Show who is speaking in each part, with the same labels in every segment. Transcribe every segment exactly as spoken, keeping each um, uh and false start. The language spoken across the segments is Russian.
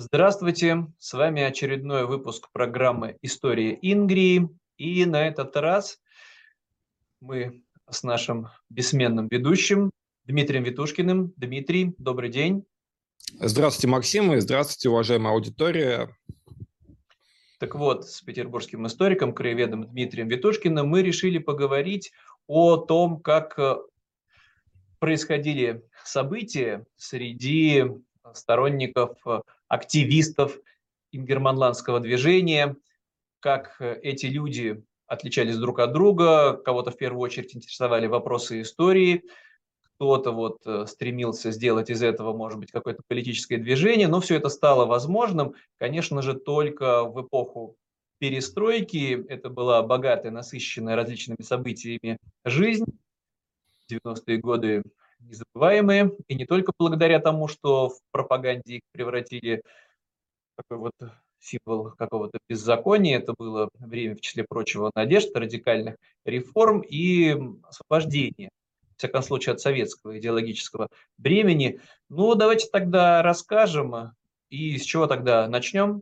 Speaker 1: Здравствуйте! С вами очередной выпуск программы "История Ингрии". И на этот раз мы с нашим бессменным ведущим Дмитрием Ветушкиным. Дмитрий, добрый день!
Speaker 2: Здравствуйте, Максим, и здравствуйте, уважаемая аудитория.
Speaker 1: Так вот, с петербургским историком, краеведом Дмитрием Ветушкиным мы решили поговорить о том, как э, происходили события среди сторонников, э, активистов ингерманландского движения, как э, эти люди отличались друг от друга, кого-то в первую очередь интересовали вопросы истории, кто-то вот э, стремился сделать из этого, может быть, какое-то политическое движение, но все это стало возможным, конечно же, только в эпоху перестройки. Это была богатая, насыщенная различными событиями жизнь. девяностые годы незабываемые, и не только благодаря тому, что в пропаганде их превратили в такой вот символ какого-то беззакония. Это было время, в числе прочего, надежд, радикальных реформ и м, освобождения, во всяком случае, от советского идеологического бремени. Ну, давайте тогда расскажем, э, и с чего тогда начнем?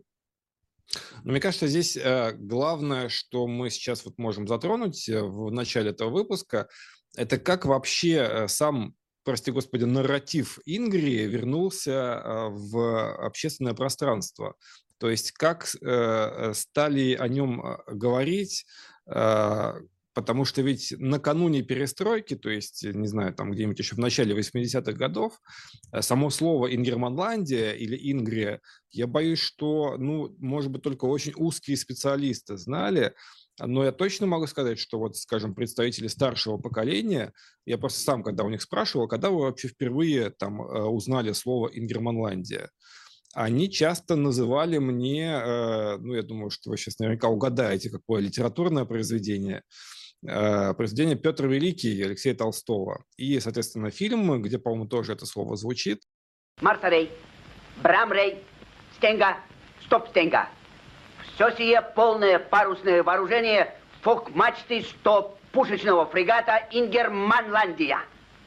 Speaker 2: Но мне кажется, здесь э, главное, что мы сейчас вот можем затронуть э, в начале этого выпуска, это как вообще э, сам, прости господи, нарратив Ингрии вернулся э, в общественное пространство. То есть как э, э, стали о нем э, говорить, э, потому что ведь накануне перестройки, то есть, э, не знаю, там где-нибудь еще в начале восьмидесятых годов, э, само слово «Ингерманландия» или «Ингрия», я боюсь, что, ну, может быть, только очень узкие специалисты знали, но я точно могу сказать, что вот, скажем, представители старшего поколения, я просто сам, когда у них спрашивал, когда вы вообще впервые там э, узнали слово «Ингерманландия», они часто называли мне, э, ну, я думаю, что вы сейчас наверняка угадаете, какое литературное произведение, э, произведение «Петр Великий» Алексея Толстого. И, соответственно, фильм, где, по-моему, тоже это слово звучит.
Speaker 3: Марсарей, Брамрей, Стенга, Стоп-Стенга. Все сие полное парусное вооружение фок-мачты сто пушечного фрегата «Ингерманландия».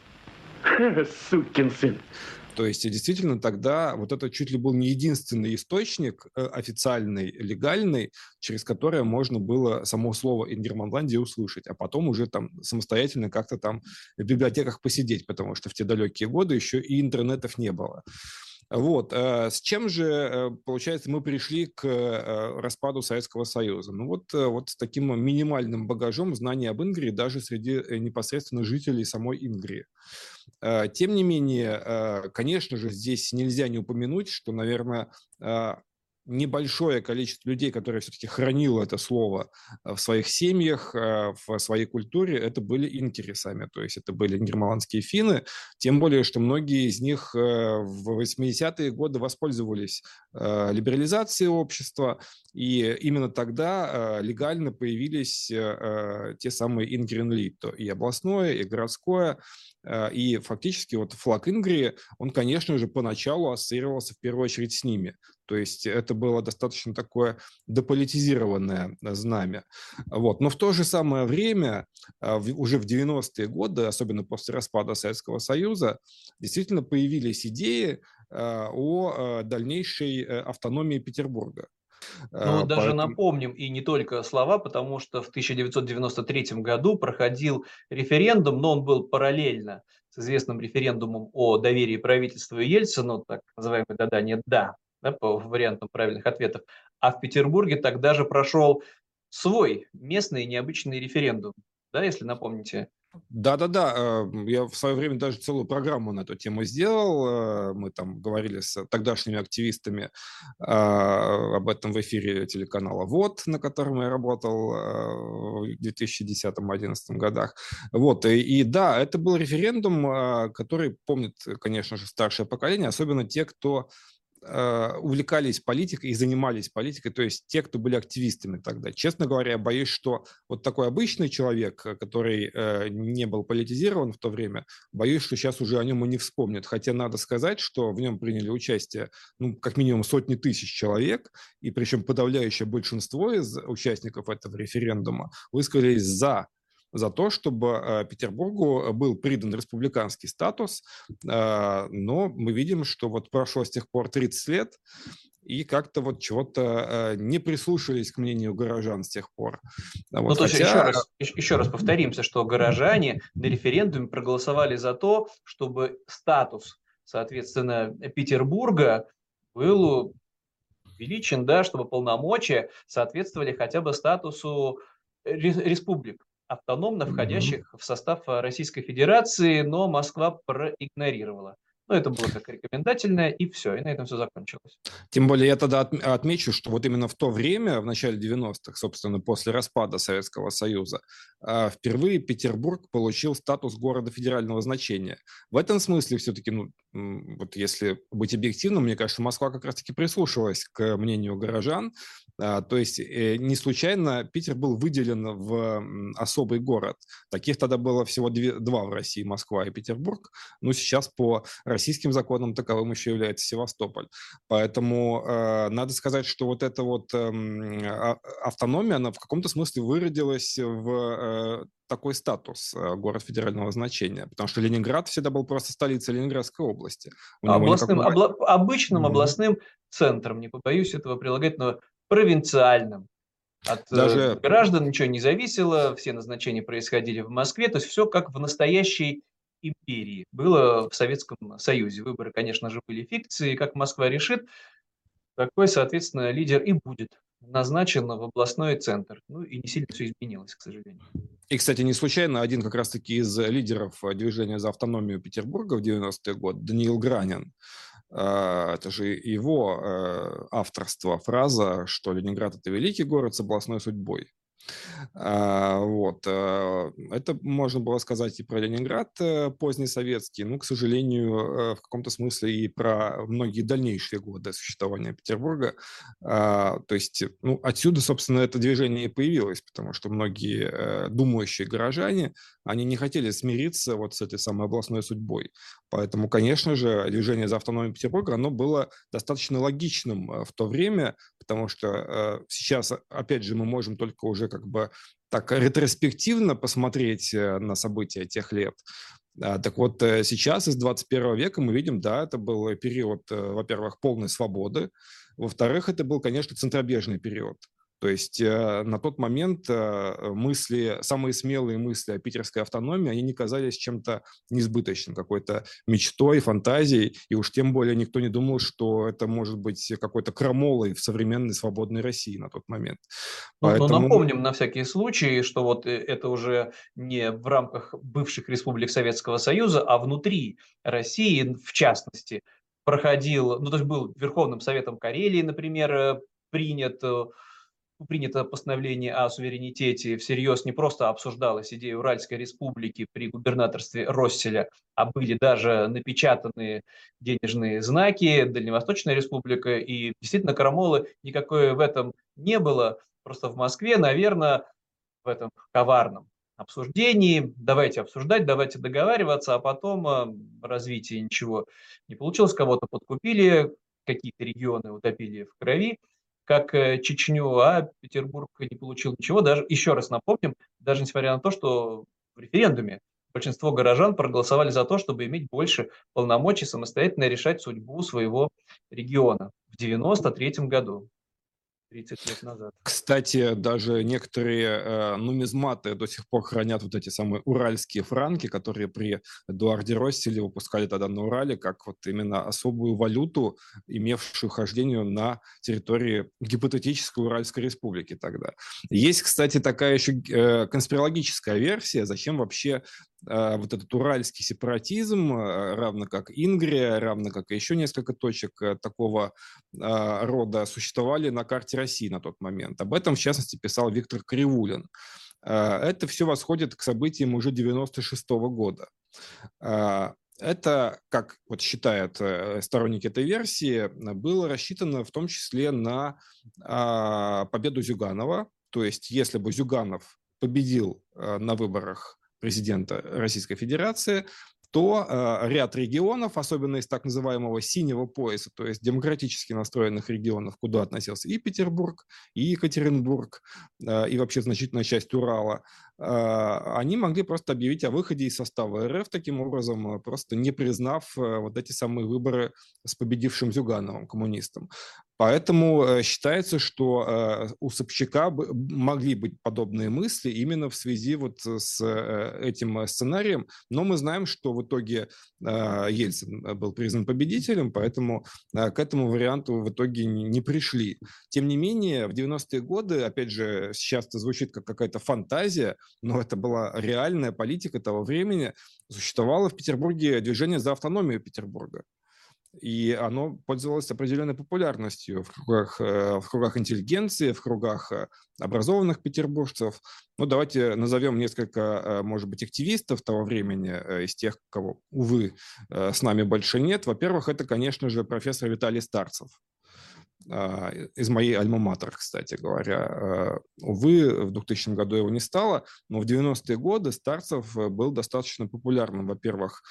Speaker 4: Сукин сын.
Speaker 2: То есть, действительно, тогда вот это чуть ли был не единственный источник э, официальный, легальный, через который можно было само слово «Ингерманландия» услышать, а потом уже там самостоятельно как-то там в библиотеках посидеть, потому что в те далекие годы еще и интернетов не было. Вот. э, С чем же, э, получается, мы пришли к э, распаду Советского Союза? Ну вот, э, вот с таким минимальным багажом знаний об Ингрии даже среди э, непосредственно жителей самой Ингрии. Э, Тем не менее, э, конечно же, здесь нельзя не упомянуть, что, наверное, э, небольшое количество людей, которое все-таки хранило это слово э, в своих семьях, э, в своей культуре, это были инкери сами, то есть это были ингерманландские финны, тем более, что многие из них э, в восьмидесятые годы воспользовались э, либерализацией общества, и именно тогда э, легально появились э, э, те самые ингеренлито, и областное, и городское. Э, И фактически вот флаг Ингрии, он, конечно же, поначалу ассоциировался в первую очередь с ними. То есть это было достаточно такое деполитизированное э, знамя. Вот. Но в то же самое время, э, в- уже в девяностые годы, особенно после распада Советского Союза, действительно появились идеи э, о э, дальнейшей э, автономии Петербурга.
Speaker 1: Ну,
Speaker 2: Э,
Speaker 1: даже
Speaker 2: Поэтому
Speaker 1: напомним, и не только слова, потому что в тысяча девятьсот девяносто третьем году проходил референдум, но он был параллельно с известным референдумом о доверии правительству Ельцину, так называемый «да-да, нет-да», да, по вариантам правильных ответов. А в Петербурге тогда же прошел свой местный необычный референдум, да, если напомните.
Speaker 2: Да-да-да, э, я в свое время даже целую программу на эту тему сделал. э, Мы там говорили с тогдашними активистами а, об этом в эфире телеканала «Вот», на котором я работал э, в две тысячи десятом-одиннадцатом годах. Вот, и, и да, это был референдум, а, который помнит, конечно же, старшее поколение, особенно те, кто э, увлекались политикой и занимались политикой, то есть те, кто были активистами тогда. Честно говоря, я боюсь, что вот такой обычный человек, э, который э, не был политизирован в то время, боюсь, что сейчас уже о нем и не вспомнят. Хотя надо сказать, что в нем приняли участие, ну, как минимум сотни тысяч человек, и причем подавляющее большинство из участников этого референдума высказались за за то, чтобы э, Петербургу был придан республиканский статус, э, но мы видим, что вот прошло с тех пор тридцать лет, и как-то вот чего-то не прислушались к мнению горожан с тех пор. Вот,
Speaker 1: ну, то есть
Speaker 2: хотя...
Speaker 1: еще раз, еще раз повторимся, что горожане на референдуме проголосовали за то, чтобы статус, соответственно, Петербурга был увеличен, да, чтобы полномочия соответствовали хотя бы статусу республик, автономно входящих в состав Российской Федерации, но Москва проигнорировала. Ну, это было как рекомендательное, и все, и на этом все закончилось.
Speaker 2: Тем более я тогда отмечу, что вот именно в то время, в начале девяностых, собственно, после распада Советского Союза, впервые Петербург получил статус города федерального значения. В этом смысле все-таки, ну, вот если быть объективным, мне кажется, Москва как раз-таки прислушалась к мнению горожан. То есть не случайно Питер был выделен в особый город. Таких тогда было всего две, два в России, Москва и Петербург. Ну, сейчас по российским законам таковым еще является Севастополь. Поэтому э, надо сказать, что вот эта вот э, автономия, она в каком-то смысле выродилась в э, такой статус э, город федерального значения, потому что Ленинград всегда был просто столицей Ленинградской области.
Speaker 1: Областным,
Speaker 2: никакого...
Speaker 1: обла- обычным
Speaker 2: mm-hmm.
Speaker 1: областным центром, не побоюсь этого прилагательного, провинциальным. От
Speaker 2: Даже...
Speaker 1: э, граждан ничего не зависело, все назначения происходили в Москве, то есть все как в настоящей империи было в Советском Союзе. Выборы, конечно же, были фикцией, как Москва решит, такой, соответственно, лидер и будет назначен в областной центр. Ну и не сильно все изменилось, к сожалению.
Speaker 2: И, кстати, не случайно один как раз-таки из лидеров движения за автономию Петербурга в девяностые годы, Даниил Гранин, это же его авторство, фраза, что Ленинград – это великий город с областной судьбой. Вот. Это можно было сказать и про Ленинград позднесоветский, но, к сожалению, в каком-то смысле и про многие дальнейшие годы существования Петербурга. То есть, ну, отсюда, собственно, это движение и появилось, потому что многие думающие горожане, они не хотели смириться вот с этой самой областной судьбой. Поэтому, конечно же, движение за автономию Петербурга, оно было достаточно логичным в то время, потому что сейчас, опять же, мы можем только уже как бы так ретроспективно посмотреть на события тех лет. Так вот, сейчас из двадцать первого века мы видим, да, это был период, во-первых, полной свободы, во-вторых, это был, конечно, центробежный период. То есть э, на тот момент э, мысли, самые смелые мысли о питерской автономии, они не казались чем-то несбыточным, какой-то мечтой, фантазией, и уж тем более никто не думал, что это может быть какой-то крамолой в современной свободной России на тот момент.
Speaker 1: Поэтому... Ну, напомним на всякий случай, что вот это уже не в рамках бывших республик Советского Союза, а внутри России, в частности, проходил, ну, то есть был Верховным Советом Карелии, например, принят принято постановление о суверенитете, всерьез не просто обсуждалась идея Уральской республики при губернаторстве Росселя, а были даже напечатаны денежные знаки, Дальневосточная республика, и действительно крамолы никакой в этом не было. Просто в Москве, наверное, в этом коварном обсуждении, давайте обсуждать, давайте договариваться, а потом развитие ничего не получилось, кого-то подкупили, какие-то регионы утопили в крови, как Чечню, а Петербург не получил ничего. Даже, еще раз напомним, даже несмотря на то, что в референдуме большинство горожан проголосовали за то, чтобы иметь больше полномочий самостоятельно решать судьбу своего региона в девяносто третьем году. тридцать лет назад.
Speaker 2: Кстати, даже некоторые э, нумизматы до сих пор хранят вот эти самые уральские франки, которые при Эдуарде Росселе выпускали тогда на Урале, как вот именно особую валюту, имевшую хождение на территории гипотетической Уральской республики тогда. Есть, кстати, такая еще э, конспирологическая версия, зачем вообще э, вот этот уральский сепаратизм, э, равно как Ингрия, равно как и еще несколько точек э, такого э, рода существовали на карте России на тот момент. Об этом, в частности, писал Виктор Кривулин. Это все восходит к событиям уже девяносто шестого года. Это, как вот считают сторонники этой версии, было рассчитано в том числе на победу Зюганова. То есть, если бы Зюганов победил на выборах президента Российской Федерации, то э, ряд регионов, особенно из так называемого синего пояса, то есть демократически настроенных регионов, куда относился и Петербург, и Екатеринбург, э, и вообще значительная часть Урала, э, они могли просто объявить о выходе из состава РФ, таким образом, просто не признав э, вот эти самые выборы с победившим Зюгановым, коммунистом. Поэтому считается, что у Собчака могли быть подобные мысли именно в связи вот с этим сценарием, но мы знаем, что в итоге Ельцин был признан победителем, поэтому к этому варианту в итоге не пришли. Тем не менее, в девяностые годы, опять же, сейчас это звучит как какая-то фантазия, но это была реальная политика того времени, существовало в Петербурге движение за автономию Петербурга. И оно пользовалось определенной популярностью в кругах, в кругах интеллигенции, в кругах образованных петербуржцев. Ну, давайте назовем несколько, может быть, активистов того времени, из тех, кого, увы, с нами больше нет. Во-первых, это, конечно же, профессор Виталий Старцев. Из моей альма-матер, кстати говоря. Увы, в двухтысячном году его не стало, но в девяностые годы Старцев был достаточно популярным, во-первых,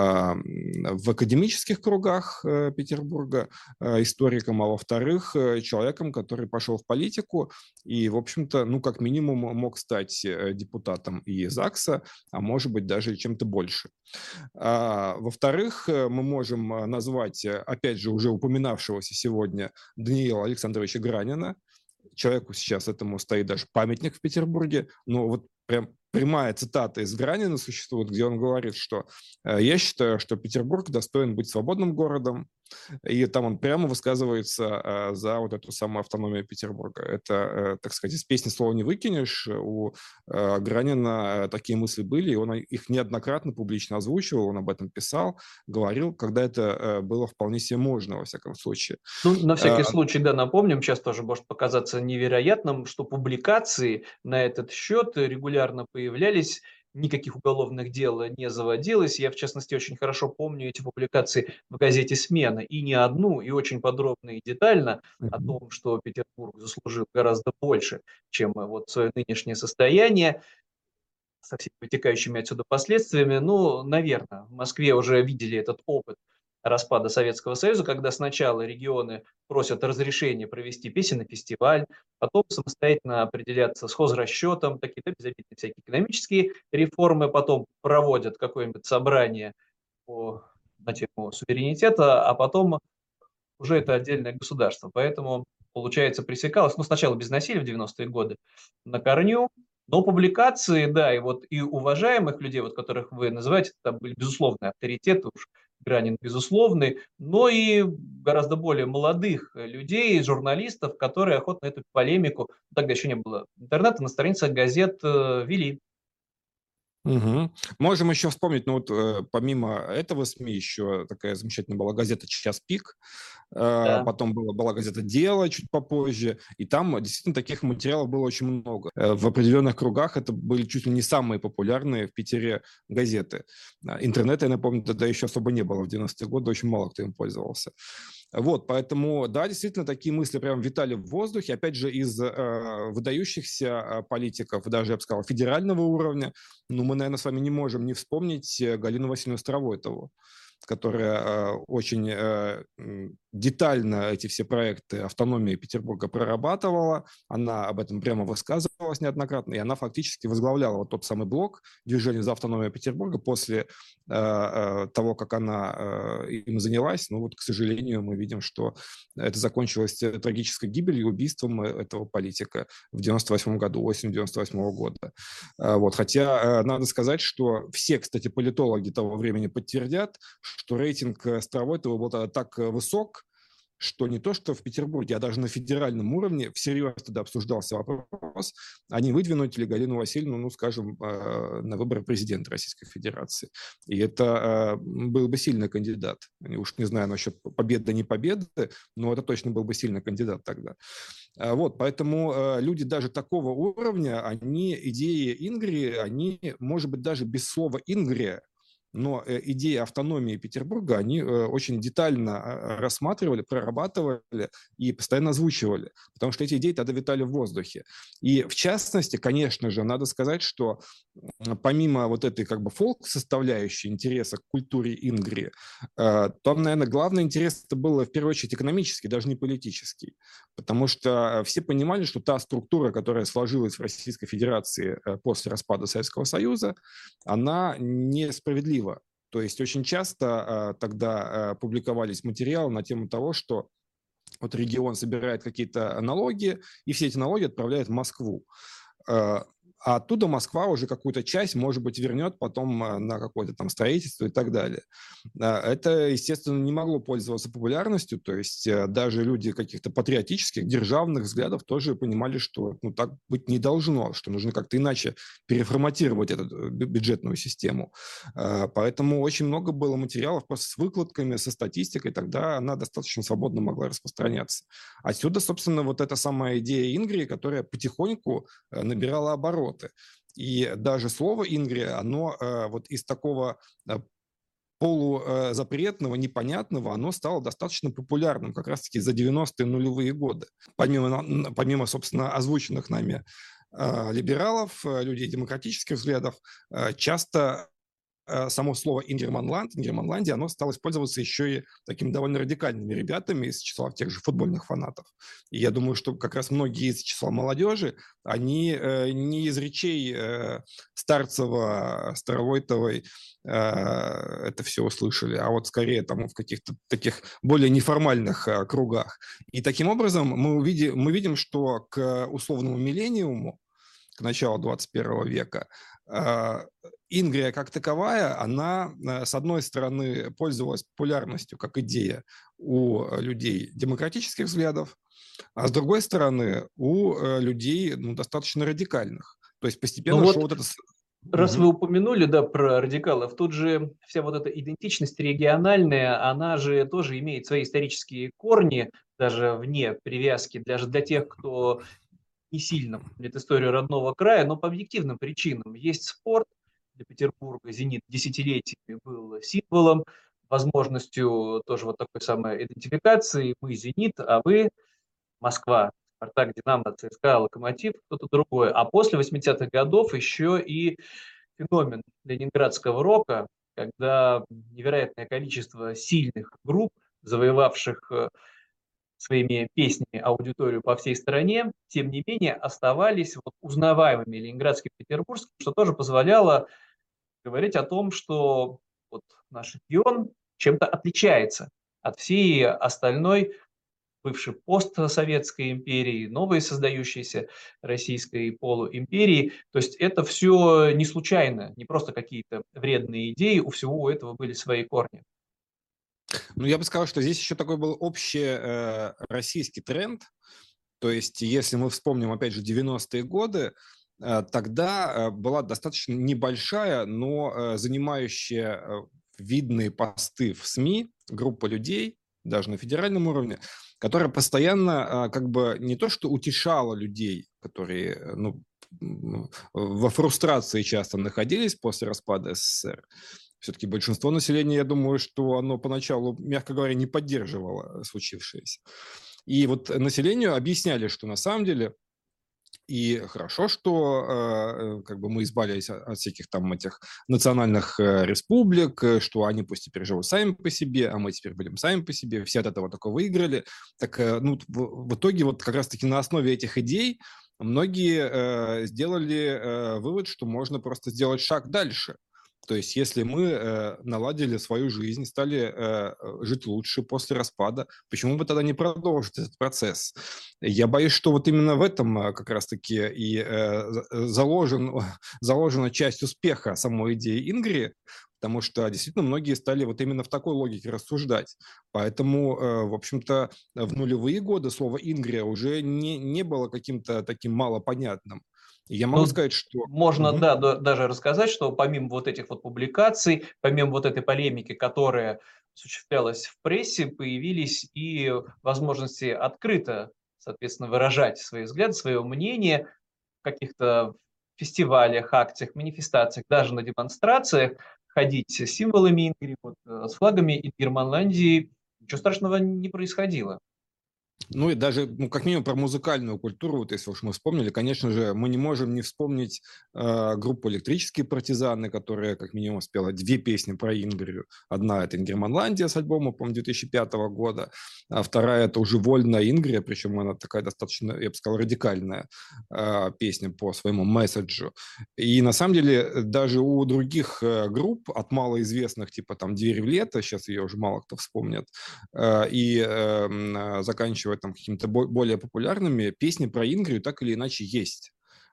Speaker 2: в академических кругах Петербурга, историком, а во-вторых, человеком, который пошел в политику и, в общем-то, ну, как минимум, мог стать депутатом и ЗАГСа, а может быть, даже чем-то больше. Во-вторых, мы можем назвать, опять же, уже упоминавшегося сегодня Даниила Александровича Гранина. Человеку сейчас этому стоит даже памятник в Петербурге. Но вот прям прямая цитата из Гранина существует, где он говорит, что «я считаю, что Петербург достоин быть свободным городом». И там он прямо высказывается за вот эту самую автономию Петербурга. Это, так сказать, из песни слова не выкинешь. У Гранина такие мысли были, и он их неоднократно публично озвучивал, он об этом писал, говорил, когда это было вполне себе можно, во всяком случае.
Speaker 1: Ну, на всякий случай, да, напомним, сейчас тоже может показаться невероятным, что публикации на этот счет регулярно появлялись, никаких уголовных дел не заводилось. Я, в частности, очень хорошо помню эти публикации в газете «Смена». И не одну, и очень подробно и детально mm-hmm. о том, что Петербург заслужил гораздо больше, чем вот свое нынешнее состояние, со всеми вытекающими отсюда последствиями. Ну, наверное, в Москве уже видели этот опыт распада Советского Союза, когда сначала регионы просят разрешения провести песенный фестиваль, потом самостоятельно определяться с хозрасчетом, такие-то безобидные всякие экономические реформы, потом проводят какое-нибудь собрание по, на тему суверенитета, а потом уже это отдельное государство. Поэтому, получается, пресекалось, ну, сначала без насилия в девяностые годы на корню, но публикации, да, и вот и уважаемых людей, вот которых вы называете, там были безусловные авторитеты, уж Гранин безусловный, но и гораздо более молодых людей, журналистов, которые охотно эту полемику, тогда еще не было интернета, на страницах газет э, вели.
Speaker 2: Угу. Можем еще вспомнить, ну вот э, помимо этого СМИ еще такая замечательная была газета «Час пик», э, да. Потом была, была газета «Дело» чуть попозже, и там действительно таких материалов было очень много. Э, в определенных кругах это были чуть ли не самые популярные в Питере газеты. Интернета, я напомню, тогда еще особо не было в девяностые годы, очень мало кто им пользовался. Вот, поэтому, да, действительно, такие мысли прям витали в воздухе, опять же, из э, выдающихся политиков, даже, я бы сказал, федерального уровня. Ну, мы, наверное, с вами не можем не вспомнить Галину Васильевну Старовойтову, которая э, очень э, детально эти все проекты автономии Петербурга прорабатывала. Она об этом прямо высказывалась неоднократно, и она фактически возглавляла вот тот самый блок движения за автономию Петербурга после э, э, того, как она э, им занялась. Ну вот, к сожалению, мы видим, что это закончилось трагической гибелью, убийством этого политика в девяносто восьмом году, осенью девяносто восьмого года. Э, вот. Хотя э, надо сказать, что все, кстати, политологи того времени подтвердят, что рейтинг Старовойтова был тогда так высок, что не то, что в Петербурге, а даже на федеральном уровне всерьез тогда обсуждался вопрос, а не выдвинуть ли Галину Васильевну, ну, скажем, на выборы президента Российской Федерации. И это был бы сильный кандидат. Я уж не знаю насчет победы, не победы, но это точно был бы сильный кандидат тогда. Вот, поэтому люди даже такого уровня, они, идеи Ингри, они, может быть, даже без слова «Ингрия», но идеи автономии Петербурга они очень детально рассматривали, прорабатывали и постоянно озвучивали, потому что эти идеи тогда витали в воздухе. И в частности, конечно же, надо сказать, что помимо вот этой как бы фолк-составляющей интереса к культуре Ингри, там, наверное, главный интерес это был в первую очередь экономический, даже не политический, потому что все понимали, что та структура, которая сложилась в Российской Федерации после распада Советского Союза, она несправедлива. То есть очень часто а, тогда а, публиковались материалы на тему того, что вот регион собирает какие-то налоги, и все эти налоги отправляет в Москву. А оттуда Москва уже какую-то часть, может быть, вернет потом на какое-то там строительство и так далее. Это, естественно, не могло пользоваться популярностью, то есть даже люди каких-то патриотических, державных взглядов тоже понимали, что ну, так быть не должно, что нужно как-то иначе переформатировать эту бюджетную систему. Поэтому очень много было материалов просто с выкладками, со статистикой, тогда она достаточно свободно могла распространяться. Отсюда, собственно, вот эта самая идея Ингрии, которая потихоньку набирала обороты. И даже слово «Ингрия», оно э, вот из такого э, полузапретного, непонятного, оно стало достаточно популярным как раз-таки за девяностые нулевые годы. Помимо, помимо собственно, озвученных нами э, либералов, э, людей демократических взглядов, э, часто само слово «Ингерманланд», «Ингерманландия», оно стало использоваться еще и такими довольно радикальными ребятами из числа тех же футбольных фанатов. И я думаю, что как раз многие из числа молодежи, они э, не из речей э, Старцева, Старовойтовой э, это все услышали, а вот скорее там в каких-то таких более неформальных э, кругах. И таким образом мы, увидим, мы видим, что к условному миллениуму, к началу двадцать первого века, Ингрия как таковая, она, с одной стороны, пользовалась популярностью как идея у людей демократических взглядов, а с другой стороны, у людей ну, достаточно радикальных. То есть постепенно
Speaker 1: ну
Speaker 2: шло
Speaker 1: вот,
Speaker 2: вот это...
Speaker 1: раз
Speaker 2: угу.
Speaker 1: вы упомянули, да, про радикалов, тут же вся вот эта идентичность региональная, она же тоже имеет свои исторические корни, даже вне привязки, даже для тех, кто не сильно помнит историю родного края, но по объективным причинам. Есть спорт, для Петербурга «Зенит» десятилетиями был символом, возможностью тоже вот такой самой идентификации. Мы «Зенит», а вы Москва, «Спартак», «Динамо», ЦСКА, «Локомотив», кто-то другой. А после восьмидесятых годов еще и феномен ленинградского рока, когда невероятное количество сильных групп, завоевавших своими песнями аудиторию по всей стране, тем не менее оставались вот узнаваемыми ленинградским, петербургским, что тоже позволяло говорить о том, что вот наш регион чем-то отличается от всей остальной бывшей постсоветской империи, новой создающейся российской полуимперии. То есть это все не случайно, не просто какие-то вредные идеи, у всего у этого были свои корни.
Speaker 2: Ну, я бы сказал, что здесь еще такой был общий э, российский тренд. То есть, если мы вспомним, опять же, девяностые годы, э, тогда э, была достаточно небольшая, но э, занимающая э, видные посты в СМИ группа людей, даже на федеральном уровне, которая постоянно э, как бы не то что утешала людей, которые ну, во фрустрации часто находились после распада СССР. Все-таки большинство населения, я думаю, что оно поначалу, мягко говоря, не поддерживало случившееся. И вот населению объясняли, что на самом деле и хорошо, что э, как бы мы избавились от, от всяких там этих национальных э, республик, что они пусть теперь живут сами по себе, а мы теперь будем сами по себе, все от этого только выиграли. Так э, ну, в, в итоге вот как раз-таки на основе этих идей многие э, сделали э, вывод, что можно просто сделать шаг дальше. То есть, если мы э, наладили свою жизнь, стали э, жить лучше после распада, почему бы тогда не продолжить этот процесс? Я боюсь, что вот именно в этом э, как раз-таки и э, заложен, заложена часть успеха самой идеи Ингрии, потому что действительно многие стали вот именно в такой логике рассуждать. Поэтому, э, в общем-то, в нулевые годы слово «Ингрия» уже не, не было каким-то таким малопонятным. Я могу
Speaker 1: Ну,
Speaker 2: сказать, что...
Speaker 1: можно,
Speaker 2: Угу.
Speaker 1: да, да, даже рассказать, что помимо вот этих вот публикаций, помимо вот этой полемики, которая осуществлялась в прессе, появились и возможности открыто, соответственно, выражать свои взгляды, свое мнение в каких-то фестивалях, акциях, манифестациях, даже на демонстрациях, ходить с символами Ингрии, вот, с флагами Ингерманландии. Ничего страшного не происходило.
Speaker 2: Ну и даже, ну, как минимум, про музыкальную культуру, вот если уж мы вспомнили, конечно же, мы не можем не вспомнить э, группу «Электрические партизаны», которая, как минимум, спела две песни про Ингрию. Одна – это «Ингерманландия» с альбома, по-моему, две тысячи пятого года, а вторая – это уже «Вольная Ингрия», причем она такая достаточно, я бы сказал, радикальная э, песня по своему месседжу. И, на самом деле, даже у других э, групп, от малоизвестных, типа там «Дверь в лето», сейчас ее уже мало кто вспомнит, э, и э, заканчивая там какими-то более популярными, песни про Ингрию так или иначе есть.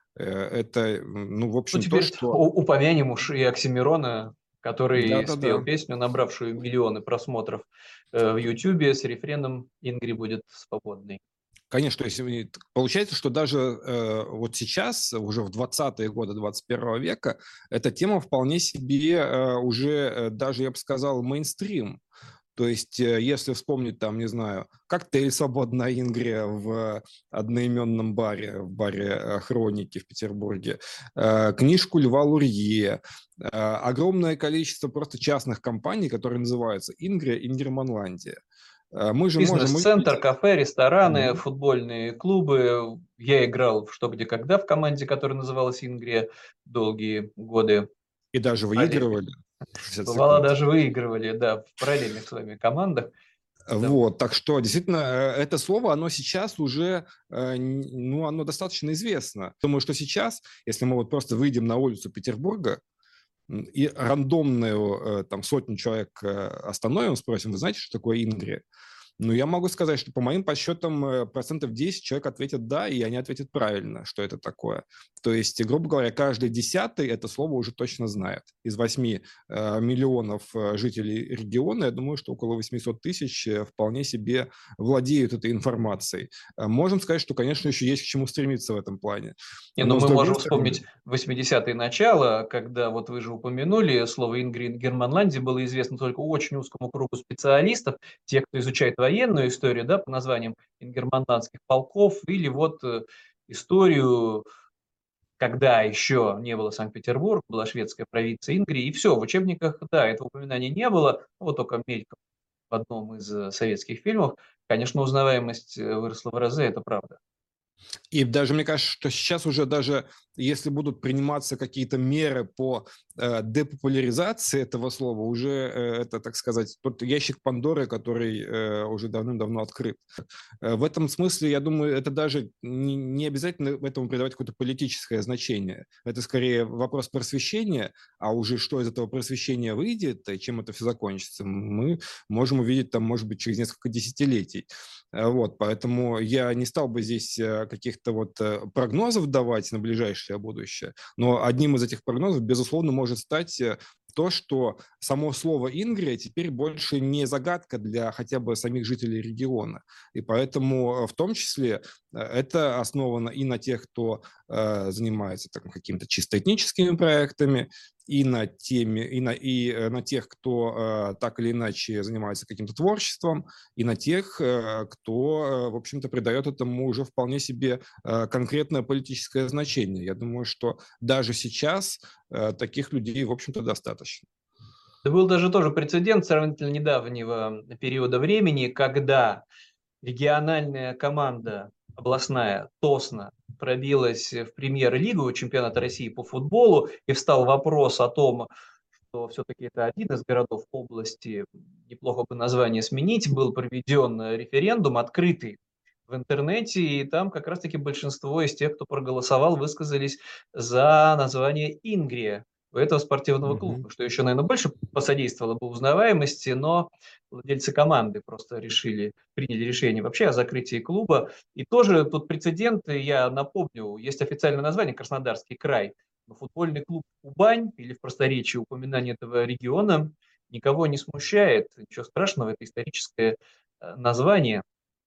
Speaker 2: Это, ну, в общем,
Speaker 1: Ну,
Speaker 2: то,
Speaker 1: теперь
Speaker 2: что...
Speaker 1: упомянем уж и Оксимирона, который спел
Speaker 2: Да-да-да.
Speaker 1: песню, набравшую миллионы просмотров э, в Ютубе с рефреном «Ингри будет свободной».
Speaker 2: Конечно, если получается, что даже э, вот сейчас, уже в двадцатые годы двадцать первого века, эта тема вполне себе э, уже э, даже, я бы сказал, мейнстрим. То есть, если вспомнить, там, не знаю, коктейль «Свободная Ингрия» в одноименном баре, в баре «Хроники» в Петербурге, книжку Льва Лурье, огромное количество просто частных компаний, которые называются «Ингрия», «Ингерманландия». Мы же можем
Speaker 1: Бизнес-центр,
Speaker 2: увидеть...
Speaker 1: кафе, рестораны,
Speaker 2: Mm-hmm.
Speaker 1: футбольные клубы. Я играл в «Что, где, когда» в команде, которая называлась «Ингрия» долгие годы.
Speaker 2: И даже выигрывали.
Speaker 1: Бывало, даже выигрывали, да, в параллельных с вами командах.
Speaker 2: Вот, так что действительно это слово, оно сейчас уже, ну, оно достаточно известно. Думаю, что сейчас, если мы вот просто выйдем на улицу Петербурга и рандомную там сотню человек остановим, спросим, вы знаете, что такое Ингрия? Ну, я могу сказать, что по моим подсчетам процентов десять человек ответят «да», и они ответят правильно, что это такое. То есть, грубо говоря, каждый десятый это слово уже точно знает. Из восьми э, миллионов жителей региона, я думаю, что около восемьсот тысяч вполне себе владеют этой информацией. Можем сказать, что, конечно, еще есть к чему стремиться в этом плане.
Speaker 1: Не, но, но мы можем стороны... вспомнить восьмидесятые начала, когда, вот вы же упомянули, слово «Ингрия» в Германландии было известно только очень узкому кругу специалистов, тех, кто изучает военную историю, да, по названиям ингерманландских полков, или вот историю, когда еще не было Санкт-Петербург, была шведская провинция Ингрии, и все, в учебниках, да, этого упоминания не было, вот только мельком в одном из советских фильмов. Конечно, узнаваемость выросла в разы, это правда.
Speaker 2: И даже мне кажется, что сейчас уже даже если будут приниматься какие-то меры по э, депопуляризации этого слова, уже э, это, так сказать, тот ящик Пандоры, который э, уже давным-давно открыт. Э, в этом смысле, я думаю, это даже не, не обязательно этому придавать какое-то политическое значение. Это скорее вопрос просвещения, а уже что из этого просвещения выйдет, и чем это все закончится, мы можем увидеть там, может быть, через несколько десятилетий. Вот, поэтому я не стал бы здесь каких-то вот прогнозов давать на ближайшее будущее, но одним из этих прогнозов, безусловно, может стать то, что само слово «Ингрия» теперь больше не загадка для хотя бы самих жителей региона. И поэтому в том числе это основано и на тех, кто э, занимается так, какими-то чисто этническими проектами, и на, теме, и на, и на тех, кто э, так или иначе занимается каким-то творчеством, и на тех, э, кто, э, в общем-то, придает этому уже вполне себе э, конкретное политическое значение. Я думаю, что даже сейчас э, таких людей, в общем-то, достаточно.
Speaker 1: Это был даже тоже прецедент сравнительно недавнего периода времени, когда региональная команда областная Тосна пробилась в премьер-лигу чемпионата России по футболу, и встал вопрос о том, что все-таки это один из городов области, неплохо бы название сменить, был проведен референдум открытый в интернете, и там как раз-таки большинство из тех, кто проголосовал, высказались за название Ингрия у этого спортивного клуба, mm-hmm. что еще, наверное, больше посодействовало бы узнаваемости, но владельцы команды просто решили, приняли решение вообще о закрытии клуба. И тоже тут прецедент, я напомню, есть официальное название Краснодарский край, но футбольный клуб Кубань, или в просторечии упоминание этого региона, никого не смущает, ничего страшного, это историческое название.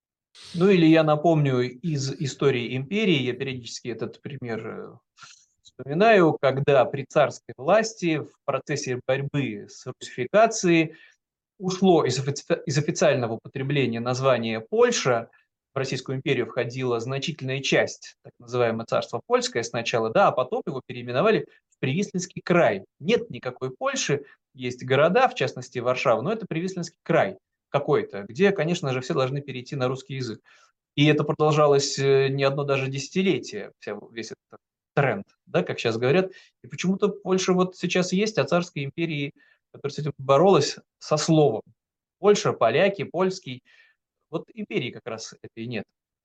Speaker 1: Ну или я напомню из истории империи, я периодически этот пример вспоминаю, когда при царской власти в процессе борьбы с русификацией ушло из, офици- из официального употребления названия Польша, в Российскую империю входила значительная часть, так называемое царство польское сначала, да, а потом его переименовали в Привислинский край. Нет никакой Польши, есть города, в частности Варшава, но это Привислинский край. какой-то, где, конечно же, все должны перейти на русский язык. И это продолжалось э, не одно даже десятилетие, вся, весь этот тренд, да, как сейчас говорят. И почему-то Польша вот сейчас есть, а царская империя, которая с этим боролась со словом. Польша, поляки, польский. Вот империи как раз этой нет.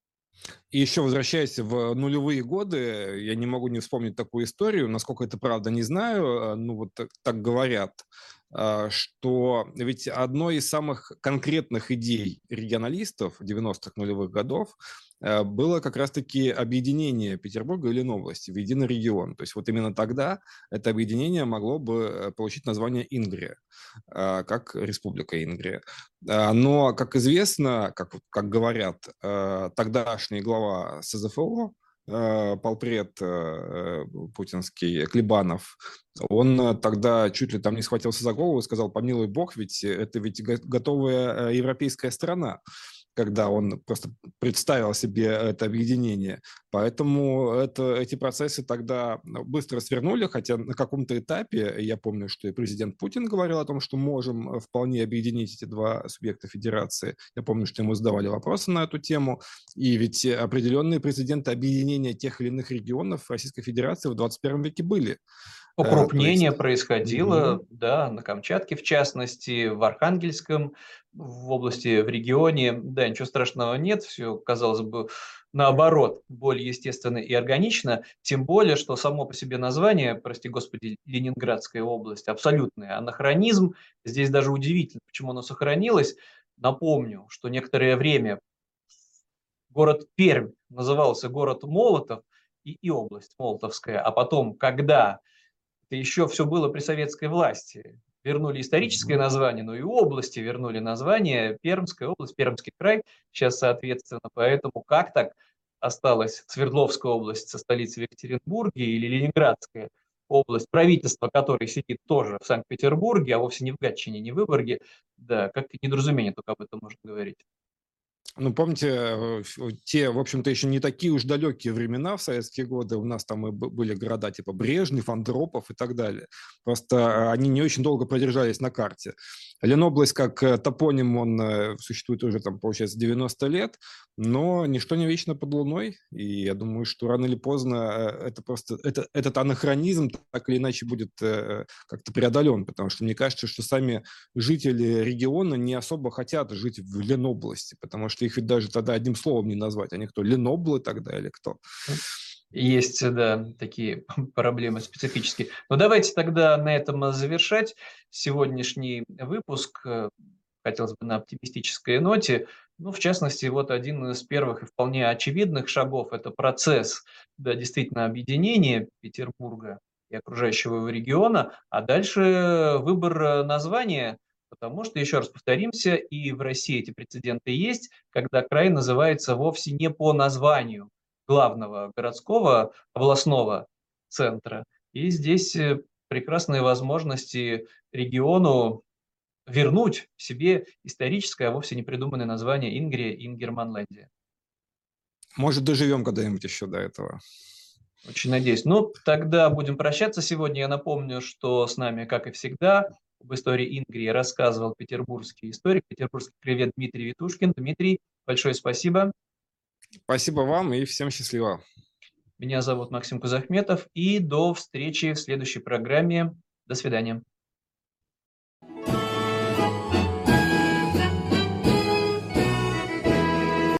Speaker 2: И еще возвращаясь в нулевые годы, я не могу не вспомнить такую историю, насколько это правда, не знаю, а, ну вот так, так говорят, а, что ведь одной из самых конкретных идей регионалистов девяностых нулевых годов а, было как раз-таки объединение Петербурга и Ленобласти в единый регион. То есть вот именно тогда это объединение могло бы получить название Ингрия, а, как Республика Ингрия. А, Но, как известно, как, как говорят, а, тогдашний глава СЗФО, а, полпред а, путинский Клебанов, он а, тогда чуть ли там не схватился за голову и сказал: помилуй бог, ведь это ведь го- готовая а, европейская страна, когда он просто представил себе это объединение. Поэтому это, эти процессы тогда быстро свернули, хотя на каком-то этапе, я помню, что и президент Путин говорил о том, что можем вполне объединить эти два субъекта федерации. Я помню, что ему задавали вопросы на эту тему. И ведь определенные прецеденты объединения тех или иных регионов Российской Федерации в двадцать первом веке были. Э, То
Speaker 1: Укрупнение
Speaker 2: есть...
Speaker 1: происходило,
Speaker 2: Мгм.
Speaker 1: да, на Камчатке в частности, в Архангельском, в области, в регионе. Да, ничего страшного нет, все, казалось бы, наоборот, более естественно и органично, тем более, что само по себе название, прости господи, Ленинградская область, абсолютный анахронизм. Здесь даже удивительно, почему оно сохранилось. Напомню, что некоторое время город Пермь назывался город Молотов и, и область Молотовская, а потом, когда это еще все было при советской власти. Вернули историческое
Speaker 2: Мгм.
Speaker 1: название, но и области вернули название. Пермская область, Пермский край сейчас, соответственно. Поэтому как так осталась Свердловская область со столицей в Екатеринбурге или Ленинградская область, правительство которой сидит тоже в Санкт-Петербурге, а вовсе не в Гатчине, не в Выборге. Да, как недоразумение только об этом можно говорить.
Speaker 2: Ну, помните, э, ф- те, в общем-то, еще не такие уж далекие времена в советские годы. У нас там и б- были города типа Брежнев, Андропов и так далее. Просто э, они не очень долго продержались на карте. Ленобласть как э, топоним, он э, существует уже, там, получается, девяносто лет, но ничто не вечно под луной. И я думаю, что рано или поздно э, это просто, это, этот анахронизм так или иначе будет э, как-то преодолен, потому что мне кажется, что сами жители региона не особо хотят жить в Ленобласти, потому что их ведь даже тогда одним словом не назвать. Они кто, Леноблы тогда или кто?
Speaker 1: Есть, да, такие проблемы специфические. Но давайте тогда на этом завершать сегодняшний выпуск. Э, Хотелось бы на оптимистической ноте. Ну, в частности, вот один из первых и вполне очевидных шагов – это процесс, да, действительно, объединения Петербурга и окружающего его региона, а дальше выбор э, названия, потому что, еще раз повторимся, и в России эти прецеденты есть, когда край называется вовсе не по названию главного городского областного центра. И здесь э, прекрасные возможности региону вернуть себе историческое, а вовсе не придуманное название Ингрия, Ингерманландия.
Speaker 2: Может, доживем когда-нибудь еще до этого.
Speaker 1: Очень надеюсь. Ну, тогда будем прощаться сегодня. Я напомню, что с нами, как и всегда, об истории Ингрии рассказывал петербургский историк, петербургский краевед Дмитрий Витушкин. Дмитрий, большое спасибо.
Speaker 2: Спасибо вам и всем счастливо.
Speaker 1: Меня зовут Максим Кузахметов. И до встречи в следующей программе. До свидания.